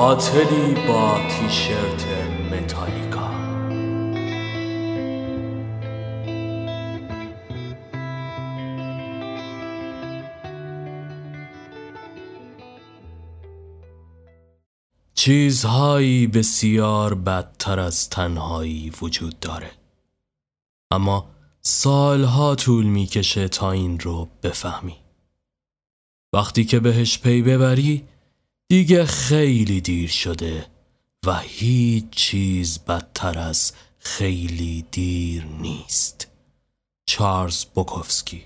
قاتلی با تیشرت متالیکا. چیزهایی بسیار بدتر از تنهایی وجود داره، اما سالها طول میکشه تا این رو بفهمی. وقتی که بهش پی ببری دیگه خیلی دیر شده و هیچ چیز بدتر از خیلی دیر نیست. چارلز بوکوفسکی.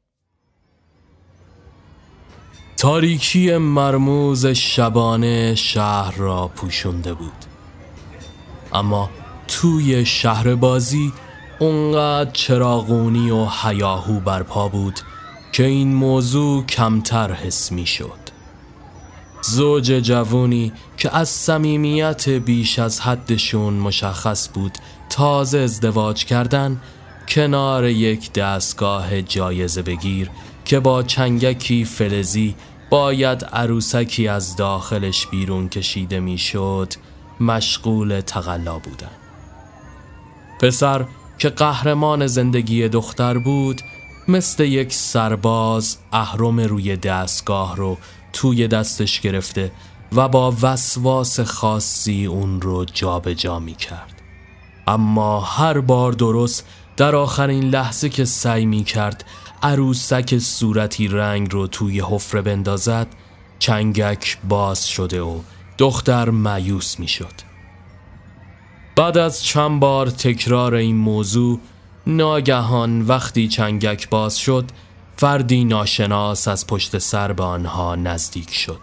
تاریکی مرموز شبانه شهر را پوشونده بود، اما توی شهر بازی اونقدر چراغونی و هیاهو برپا بود که این موضوع کمتر حس می شد. زوج جوونی که از صمیمیت بیش از حدشون مشخص بود تازه ازدواج کردن، کنار یک دستگاه جایزه بگیر که با چنگکی فلزی باید عروسکی از داخلش بیرون کشیده میشد مشغول تقلا بودن. پسر که قهرمان زندگی دختر بود مثل یک سرباز اهرم روی دستگاه رو توی دستش گرفته و با وسواس خاصی اون رو جابجا می کرد. اما هر بار درست در آخرین لحظه که سعی می کرد عروسک صورتی رنگ رو توی حفره بندازد، چنگک باز شده و دختر مایوس می شد. بعد از چند بار تکرار این موضوع، ناگهان وقتی چنگک باز شد، فردی ناشناس از پشت سر به آنها نزدیک شد.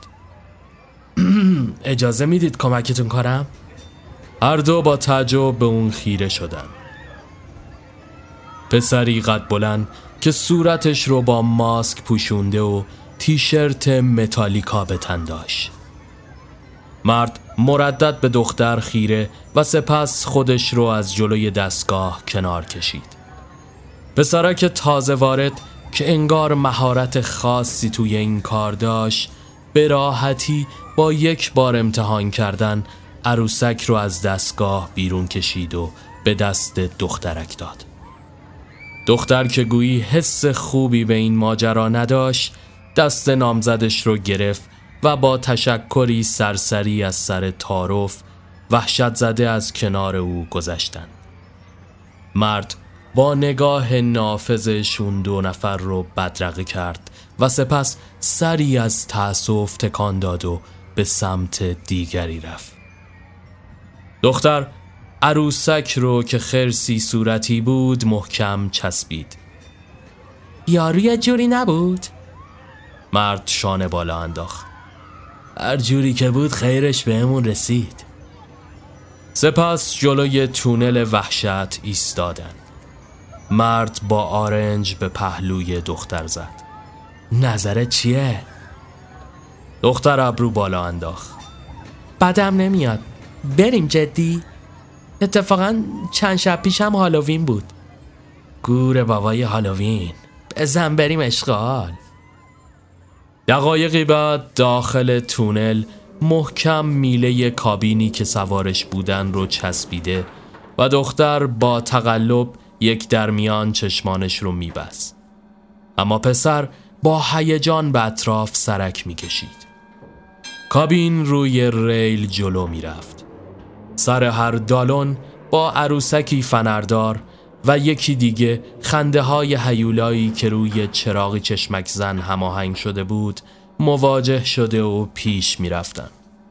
اجازه میدید کمکتون کنم؟ هر دو با تعجب به اون خیره شدن. پسری قد بلند که صورتش رو با ماسک پوشونده و تیشرت متالیکا به تن داشت. مرد مردد به دختر خیره و سپس خودش رو از جلوی دستگاه کنار کشید. پسرک تازه وارد که انگار مهارت خاصی توی این کار داشت، به راحتی با یک بار امتحان کردن عروسک رو از دستگاه بیرون کشید و به دست دخترک داد. دختر که گویی حس خوبی به این ماجرا نداشت، دست نامزدش رو گرفت و با تشکری سرسری از سر تعارف وحشت زده از کنار او گذشتن. مرد با نگاه نافذش اون دو نفر رو بدرقه کرد و سپس سری از تأسف تکان داد و به سمت دیگری رفت. دختر عروسک رو که خرسی صورتی بود محکم چسبید. یارو یه جوری نبود؟ مرد شانه بالا انداخت. هر جوری که بود خیرش بهمون رسید. سپس جلوی تونل وحشت ایستادن. مرد با آرنج به پهلوی دختر زد. نظرت چیه؟ دختر ابرو بالا انداخت. بدم نمیاد. بریم جدی؟ اتفاقا چند شب پیشم هالووین بود. گور بابای هالووین. بزن بریم اشغال. دقایقی بعد داخل تونل محکم میله کابینی که سوارش بودن رو چسبیده و دختر با تقلب یک درمیان چشمانش رو میبست. اما پسر با هیجان به اطراف سرک میکشید. کابین روی ریل جلو میرفت. سر هر دالون با عروسکی فنردار و یکی دیگه خنده های هیولایی که روی چراغی چشمک زن هماهنگ شده بود مواجه شده و پیش میرفتن.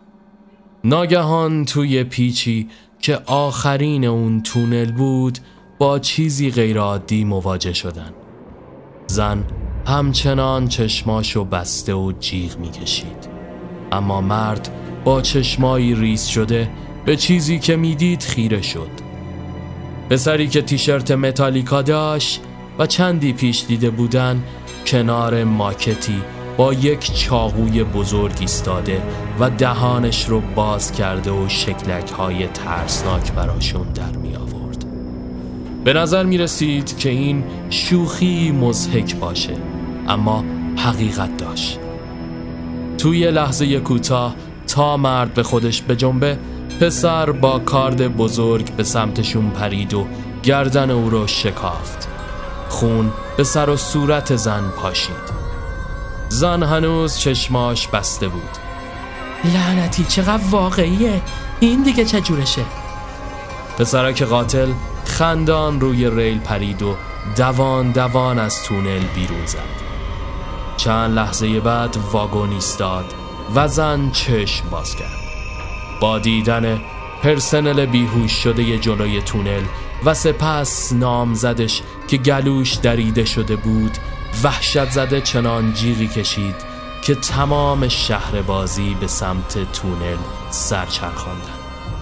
ناگهان توی پیچی که آخرین اون تونل بود با چیزی غیرعادی مواجه شدن. زن همچنان چشماشو بسته و جیغ میکشید، اما مرد با چشمایی ریز شده به چیزی که میدید خیره شد. پسری که تیشرت متالیکا داشت و چندی پیش دیده بودن کنار ماکتی با یک چاقوی بزرگ ایستاده و دهانش رو باز کرده و شکلک‌های ترسناک براشون در می آورد. به نظر می رسید که این شوخی مضحک باشه، اما حقیقت داشت. توی لحظه کوتاه تا مرد به خودش بجنبه، پسر با کارد بزرگ به سمتشون پرید و گردن او رو شکافت. خون به سر و صورت زن پاشید. زن هنوز چشماش بسته بود. لعنتی چقدر واقعیه، این دیگه چه جورشه؟ پسرک قاتل خندان روی ریل پرید و دوان از تونل بیرون زد. چند لحظه بعد واگن ایستاد و زن چشم باز کرد. با دیدن پرسنل بیهوش شده جلوی تونل و سپس نامزدش که گلوش دریده شده بود، وحشت زده چنان جیغی کشید که تمام شهر بازی به سمت تونل سرچرخاندن.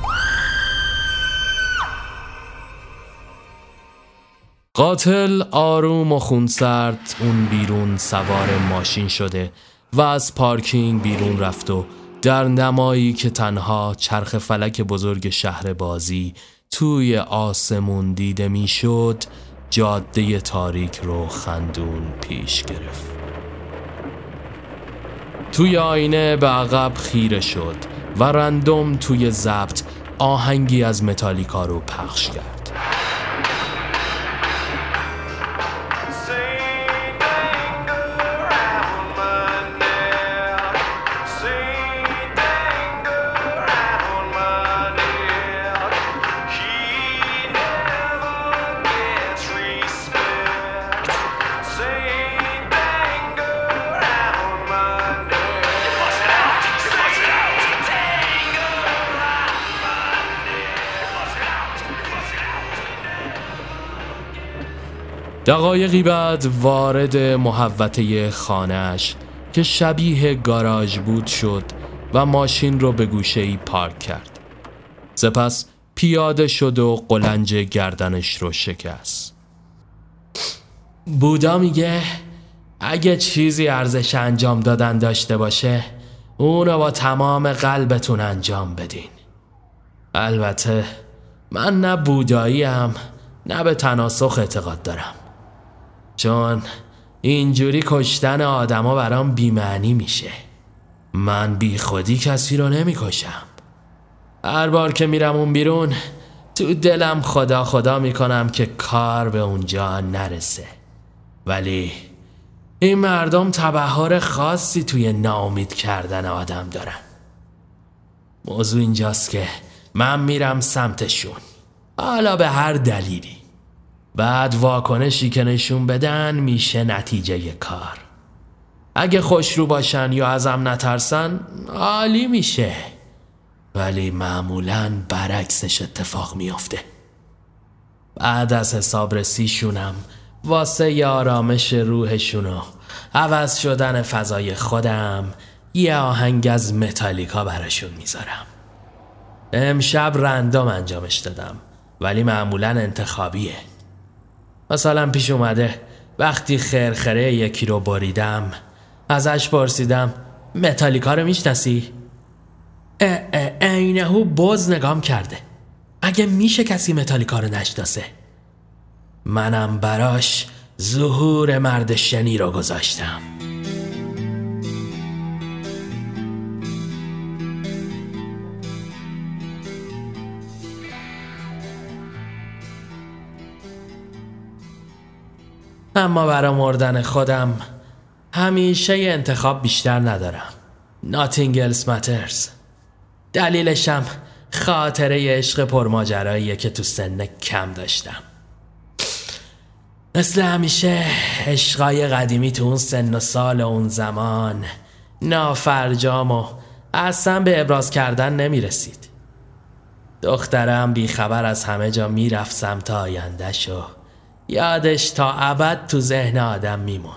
قاتل آروم و خونسرد اون بیرون سوار ماشین شده و از پارکینگ بیرون رفت و در نمایی که تنها چرخ فلک بزرگ شهر بازی توی آسمون دیده میشد، جاده تاریک رو خندون پیش گرفت. توی آینه به عقب خیره شد و رندوم توی ضبط آهنگی از متالیکا رو پخش کرد. دقایقی بعد وارد محوطه خانه‌اش که شبیه گاراژ بود شد و ماشین رو به گوشه‌ای پارک کرد. سپس پیاده شد و قلنج گردنش رو شکست. بودا میگه اگه چیزی ارزش انجام دادن داشته باشه اونو با تمام قلبتون انجام بدین. البته من نه بوداییم نه به تناسخ اعتقاد دارم، چون اینجوری کشتن آدما برام بی‌معنی میشه. من بی خودی کسی رو نمی کشم. هر بار که میرم اون بیرون تو دلم خدا میکنم که کار به اونجا نرسه. ولی این مردم تبحر خاصی توی ناامید کردن آدم دارن. موضوع اینجاست که من میرم سمتشون، حالا به هر دلیلی. بعد واکنشی که نشون بدن میشه نتیجه کار. اگه خوشرو باشن یا ازم نترسن عالی میشه، ولی معمولاً برعکسش اتفاق میافته. بعد از حسابرسیشونم واسه ی آرامش روحشونو عوض شدن فضای خودم یه آهنگ از متالیکا براشون میذارم. امشب رندوم انجامش دادم، ولی معمولاً انتخابیه. مثلا پیش اومده وقتی خرخره یکی رو بریدم ازش پرسیدم متالیکا رو میشناسی؟ اینهو باز نگام کرده. اگه میشه کسی متالیکا رو نشناسه؟ منم براش ظهور مرد شنی رو گذاشتم. اما برای مردن خودم همیشه یه انتخاب بیشتر ندارم. Nothing else matters. دلیلشم خاطره عشق پرماجراییه که تو سن کم داشتم. مثل همیشه عشقای قدیمی تو اون سن و سال اون زمان نافرجام و اصلا به ابراز کردن نمیرسید. دخترم بیخبر از همه جا میرفت سمت آینده‌ش و یادش تا ابد تو ذهن آدم میمون.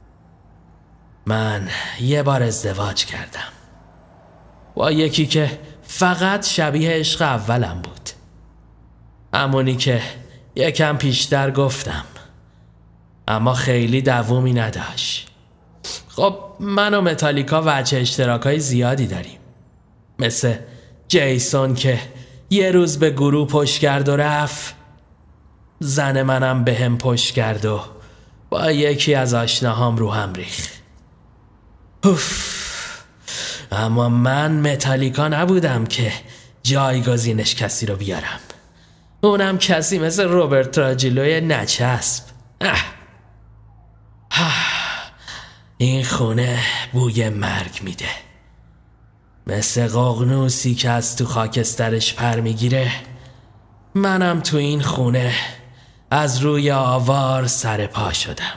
من یه بار ازدواج کردم با یکی که فقط شبیه عشق اولم بود، همونی که یکم پیشتر گفتم، اما خیلی دوامی نداشت. خب من و متالیکا وجه اشتراکای زیادی داریم، مثل جیسون که یه روز به گروه پشت کرد و رفت، زن منم به هم پشت کرد و با یکی از آشناهام رو هم ریخت. اما من متالیکا نبودم که جایگزینش کسی رو بیارم. اونم کسی مثل روبرت تراجیلوی نچسب. این خونه بوی مرگ میده، مثل ققنوسی که از تو خاکسترش پر میگیره. منم تو این خونه از روی آوار سر پا شدم.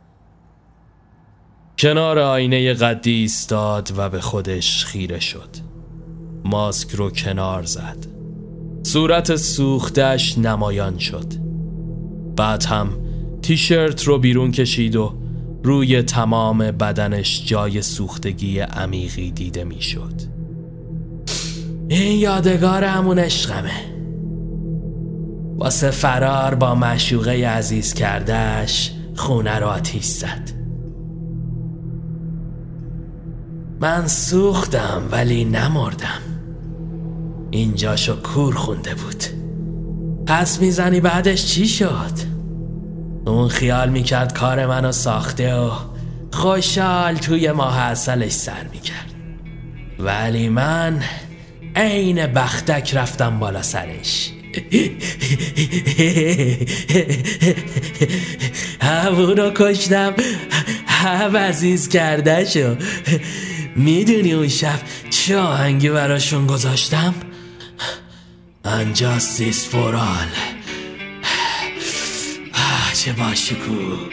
کنار آینه قدی ایستاد و به خودش خیره شد. ماسک رو کنار زد. صورت سوختش نمایان شد. بعد هم تیشرت رو بیرون کشید و روی تمام بدنش جای سوختگی عمیقی دیده می شد. این یادگار همون عشقمه. واسه فرار با معشوقه عزیز کردش خونه رو آتیش زد. من سوختم ولی نمردم. اینجاشو کور خونده بود. پس میزنی بعدش چی شد؟ اون خیال میکرد کار منو ساخته و خوشحال توی ماه عسلش سر میکرد، ولی من عین بختک رفتم بالا سرش. همونو کشتم، هم عزیز کرده شو. میدونی اون شب چه آهنگی براشون گذاشتم؟ Justice for all. چه باشکو.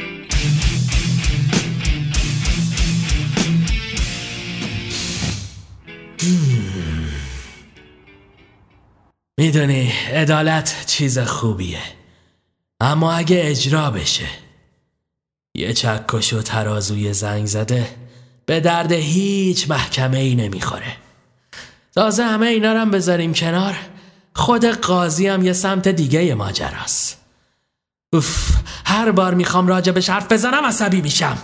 میدونی عدالت چیز خوبیه، اما اگه اجرا بشه. یه چکش و ترازوی زنگ زده به درد هیچ محکمه ای نمیخوره. تازه همه اینا رو هم بذاریم کنار، خود قاضی هم یه سمت دیگه ماجراست. هر بار میخوام راجبش حرف بزنم عصبی میشم.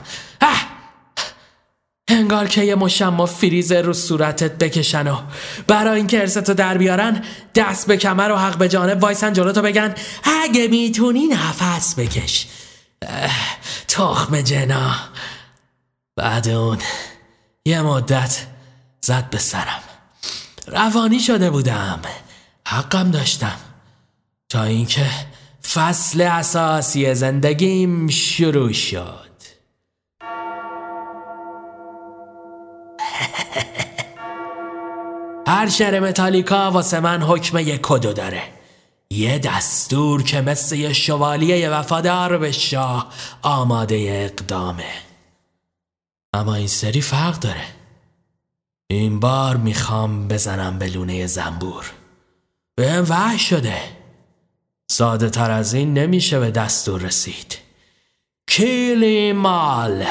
انگار که یه مشمع فریزر رو صورتت بکشن و برای اینکه ارثتو در بیارن دست به کمر و حق به جانب وایسن جلوتو بگن اگه میتونی نفس بکش. تخم جنا. بعد اون یه مدت زد به سرم. روانی شده بودم، حقم داشتم، تا اینکه فصل اساسی زندگیم شروع شد. هر شعر متالیکا واسه من حکم یک کدو داره، یه دستور که مثل یه شوالیه وفادار به شاه آماده اقدامه. اما این سری فرق داره. این بار میخوام بزنم به لونه زنبور. بهم وحش شده. ساده تر از این نمیشه به دستور رسید. کیلی مال.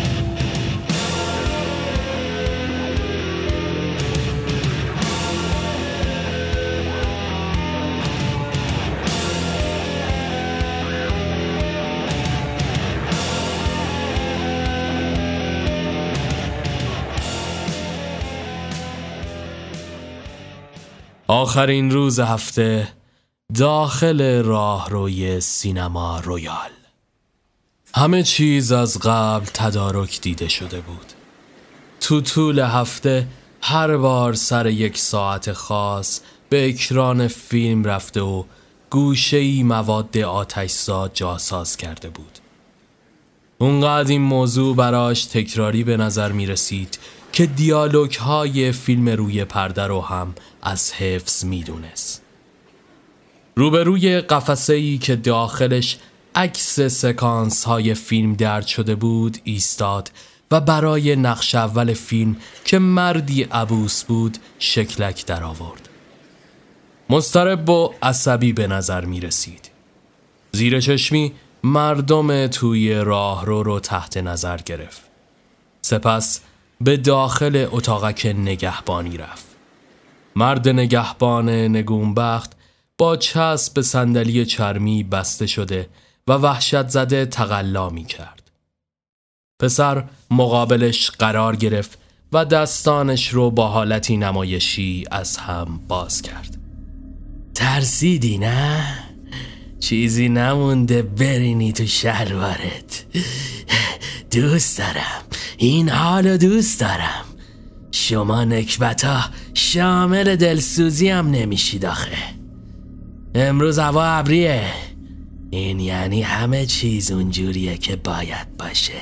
آخرین روز هفته داخل راهروی سینما رویال. همه چیز از قبل تدارک دیده شده بود. تو طول هفته هر بار سر یک ساعت خاص به اکران فیلم رفته و گوشه‌ای مواد آتش‌زا جاساز کرده بود. اونقدر این موضوع براش تکراری به نظر می رسید که دیالوگ های فیلم روی پرده رو هم از حفظ می دونست. روبروی قفسه‌ای که داخلش عکس سکانس های فیلم درج شده بود ایستاد و برای نقش اول فیلم که مردی عبوس بود شکلک در آورد. مضطرب و عصبی به نظر می رسید. زیر چشمی مردم توی راهرو رو تحت نظر گرفت. سپس به داخل اتاقک نگهبانی رفت. مرد نگهبان نگونبخت با چسب به صندلی چرمی بسته شده و وحشت زده تقلا می کرد. پسر مقابلش قرار گرفت و دستانش رو با حالتی نمایشی از هم باز کرد. ترسیدی نه؟ چیزی نمونده برینی تو شلوارت. دوست دارم، این حالو دوست دارم. شما نکبتا شامل دلسوزی هم نمیشید آخه. امروز هوا ابریه، این یعنی همه چیز اونجوریه که باید باشه.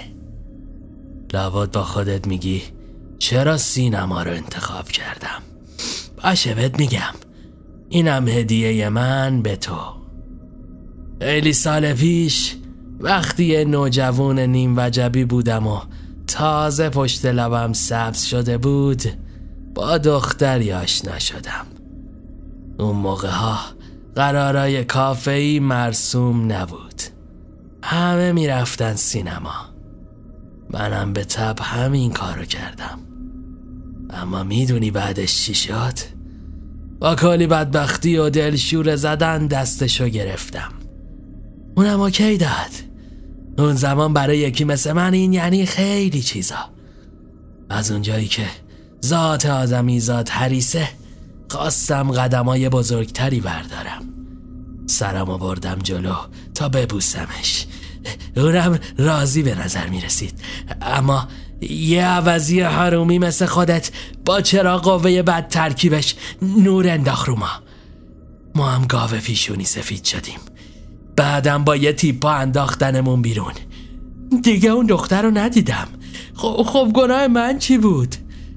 لابد با خودت میگی چرا سینما رو انتخاب کردم. باشه بهت میگم، اینم هدیه من به تو. خیلی سال پیش وقتی یه نوجوان نیم وجبی بودم و تازه پشت لبم سبز شده بود، با دختری آشنا شدم. اون موقع ها قرارای کافه‌ای مرسوم نبود، همه میرفتن سینما. منم به تب همین کارو کردم. اما میدونی بعدش چی شد؟ با کلی بدبختی و دلشور زدن دستشو گرفتم. اونم اوکی داد. اون زمان برای یکی مثل من این یعنی خیلی چیزا. از اونجایی که ذات آدمی ذات حریصه، خواستم قدمای بزرگتری بردارم. سرمو بردم جلو تا ببوسمش. اونم راضی به نظر میرسید، اما یه عوضی حرومی مثل خودت با چرا قوه بد ترکیبش نور انداخت رو ما هم گاوه پیشونی سفید شدیم. بعدم با یه تیپا انداختنمون بیرون. دیگه اون دختر رو ندیدم. خب گناه من چی بود؟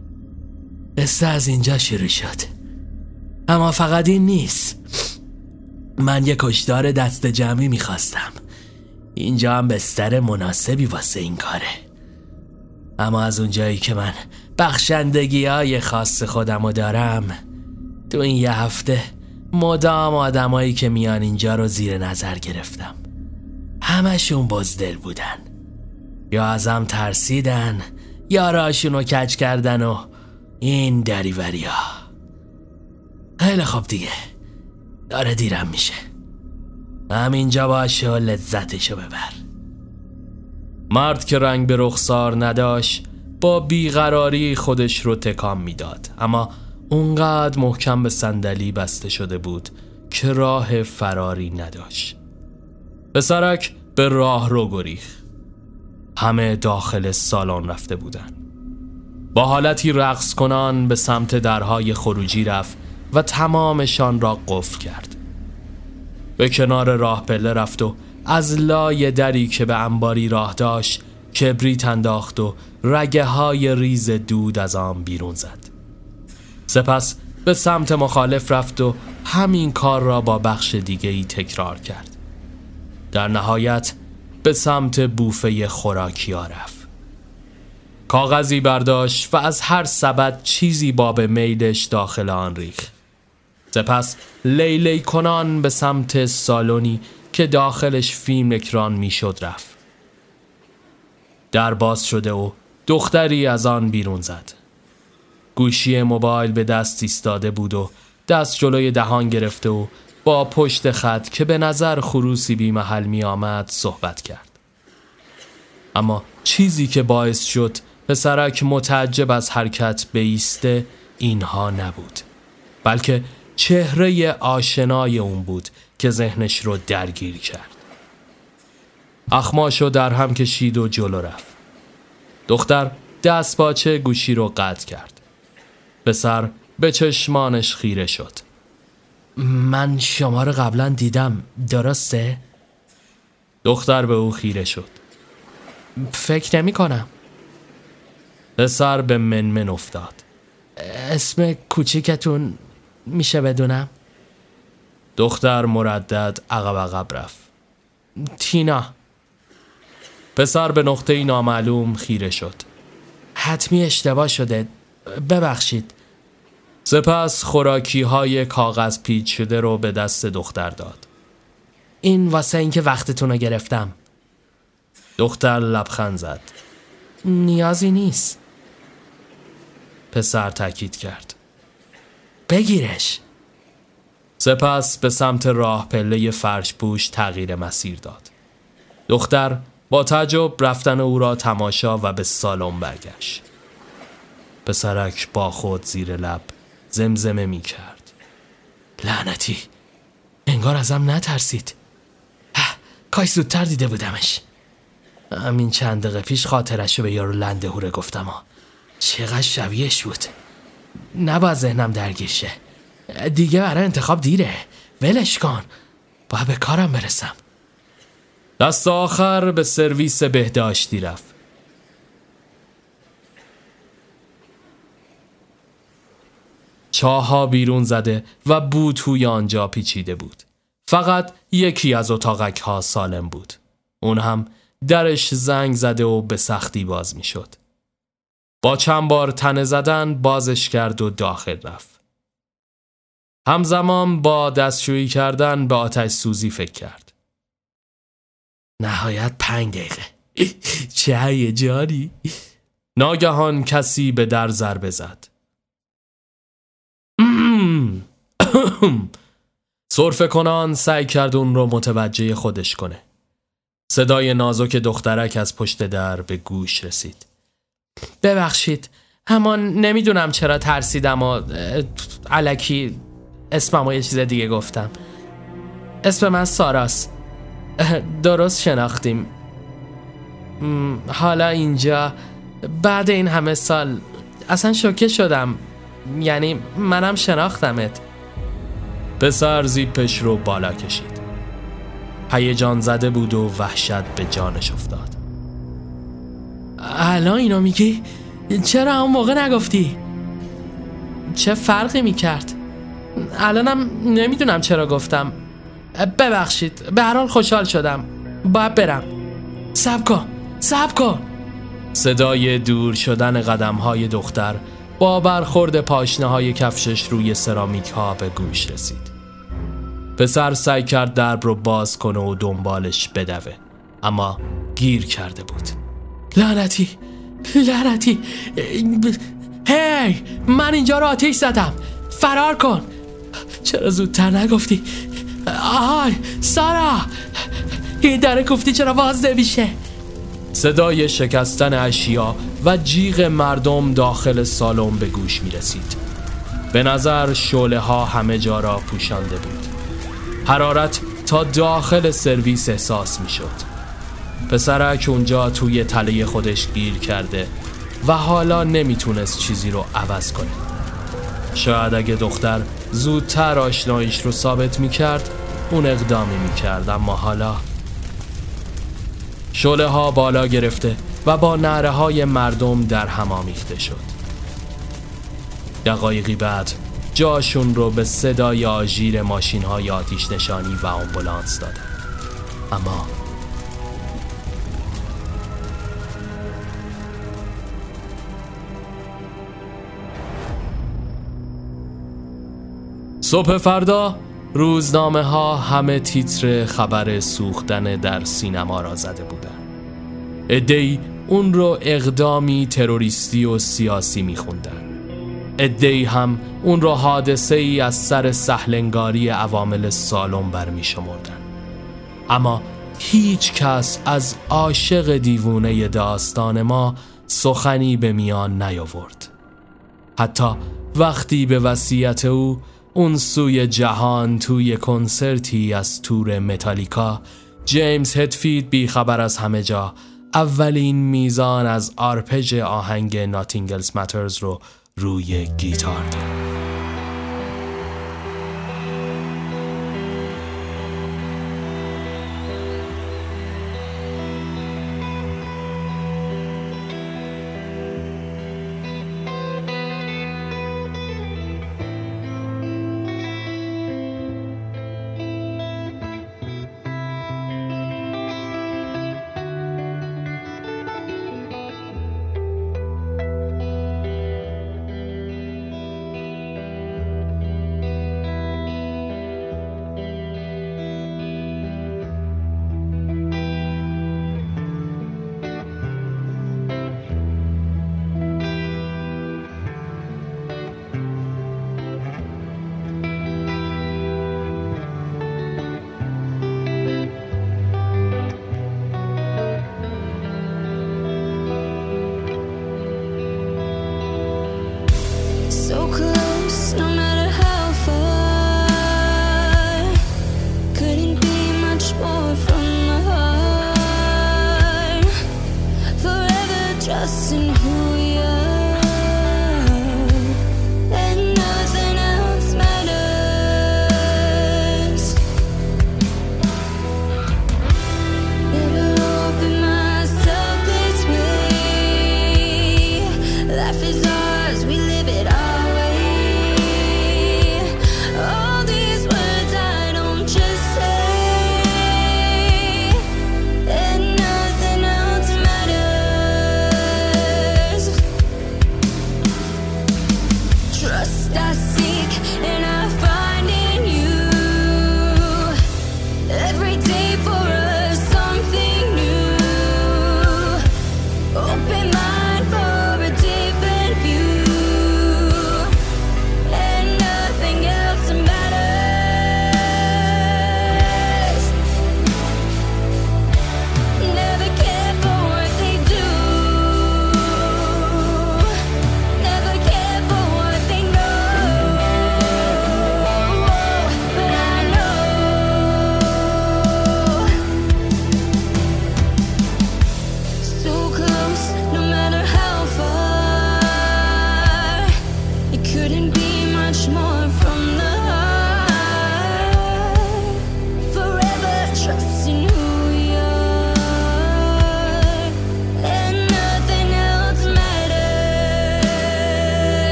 قصه از اینجا شروع شد. اما فقط این نیست. من یه کشتار دست جمعی میخواستم. اینجا هم بستر مناسبی واسه این کاره. اما از اونجایی که من بخشندگی های خاص خودمو دارم، تو این یه هفته مدام آدمایی که میان اینجا رو زیر نظر گرفتم. همشون بزدل بودن، یا ازم ترسیدن یا راشون رو کج کردن و این دریوری ها. خیلی خوب دیگه، داره دیرم میشه. همینجا باشه و لذتشو ببر. مرد که رنگ به رخسار نداشت با بیقراری خودش رو تکان میداد، اما اونقدر محکم به صندلی بسته شده بود که راه فراری نداشت. پسرک به راه رو گریخت. همه داخل سالن رفته بودن. با حالتی رقص کنان به سمت درهای خروجی رفت و تمامشان را قفل کرد. به کنار راه پله رفت و از لای دری که به انباری راه داشت کبریت انداخت و رگه های ریز دود از آن بیرون زد. سپس به سمت مخالف رفت و همین کار را با بخش دیگه‌ای تکرار کرد. در نهایت به سمت بوفه خوراکی‌ها رفت. کاغذی برداشت و از هر سبد چیزی باب میلش داخل آن ریخت. سپس لیلی کنان به سمت سالنی که داخلش فیلم اکران میشد رفت. در باز شده و دختری از آن بیرون زد. گوشی موبایل به دست ایستاده بود و دست جلوی دهان گرفته و با پشت خط که به نظر خروسی بی محل می آمد صحبت کرد. اما چیزی که باعث شد پسرک متعجب از حرکت بایسته اینها نبود، بلکه چهره آشنای اون بود که ذهنش رو درگیر کرد. اخماشو در هم کشید و جلو رفت. دختر دست باچه گوشی رو قطع کرد. پسر به چشمانش خیره شد. من شما رو قبلا دیدم، درسته؟ دختر به او خیره شد. فکر نمی کنم. پسر به منمن افتاد. اسم کوچیکتون میشه بدونم؟ دختر مردد عقب رفت. تینا. پسر به نقطه نامعلوم خیره شد. حتمی اشتباه شده، ببخشید. سپس خوراکی های کاغذ پیچ شده رو به دست دختر داد. این واسه این که وقتتون رو گرفتم. دختر لبخند زد. نیازی نیست. پسر تاکید کرد. بگیرش. سپس به سمت راه پله فرش پوش تغییر مسیر داد. دختر با تعجب رفتن او را تماشا و به سالن برگشت. پسرک با خود زیر لب زمزمه می کرد. لعنتی، انگار ازم نترسید. کاش زودتر دیده بودمش. همین چند دقیقه پیش خاطرشو به یارو لنده هوره گفتم چقدر شبیهش بود. نباید ذهنم درگیر شه. دیگه برای انتخاب دیره. ولش کن. باید به کارم برسم. دست آخر به سرویس بهداشتی رفت. چاها بیرون زده و بو توی آنجا پیچیده بود. فقط یکی از اتاقک ها سالم بود. اون هم درش زنگ زده و به سختی باز می شد. با چند بار تنه زدن بازش کرد و داخل رفت. همزمان با دستشویی کردن به آتش سوزی فکر کرد. نهایت 5 دقیقه. چه هیجانی. ناگهان کسی به در ضربه زد. سرفه کنان سعی کرد اون رو متوجه خودش کنه. صدای نازک دخترک از پشت در به گوش رسید. ببخشید، همان نمیدونم چرا ترسیدم و الکی اسممو یه چیز دیگه گفتم. اسم من ساراست. درست شناختیم. حالا اینجا بعد این همه سال اصلا شوکه شدم. یعنی منم شناختمت. پسر زیپش رو بالا کشید. هیجان زده بود و وحشت به جانش افتاد. الان اینو میگی؟ چرا همون موقع نگفتی؟ چه فرقی میکرد؟ الانم نمیدونم چرا گفتم. ببخشید، به هر حال خوشحال شدم. باید برم. صبر کن. صدای دور شدن قدم‌های دختر با برخورد پاشنه‌های کفشش روی سرامیک ها به گوش رسید. پسر سعی کرد درب رو باز کنه و دنبالش بدوه، اما گیر کرده بود. لعنتی. هی، من اینجا رو آتیش زدم. فرار کن. چرا زودتر نگفتی؟ آهای سارا، این در گفتی چرا باز نمیشه؟ صدای شکستن اشیا و جیغ مردم داخل سالن به گوش می رسید. به نظر شعله ها همه جا را پوشانده بود. حرارت تا داخل سرویس احساس می شد. پسرک اونجا توی تله خودش گیر کرده و حالا نمیتونست چیزی رو عوض کنه. شاید اگه دختر زودتر آشناییش رو ثابت میکرد اون اقدامی میکرد، اما حالا شعله ها بالا گرفته و با نعره های مردم در هم آمیخته شد. دقایقی بعد جاشون رو به صدای آژیر ماشین های آتش نشانی و آمبولانس دادن. اما صبح فردا روزنامه ها همه تیتر خبر سوختن در سینما را زده بودند. عده‌ای اون رو اقدامی تروریستی و سیاسی می‌خوندن. عده‌ای هم اون رو حادثه‌ای از سر سهلنگاری عوامل سالم برمی‌شمردن. اما هیچ کس از عاشق دیوونه داستان ما سخنی به میان نیاورد. حتی وقتی به وصیت او اون سوی جهان توی کنسرتی از تور متالیکا جیمز هتفیلد بی خبر از همه جا اولین میزان از آرپژ آهنگ ناتینگلز ماترز رو روی گیتار گرفت.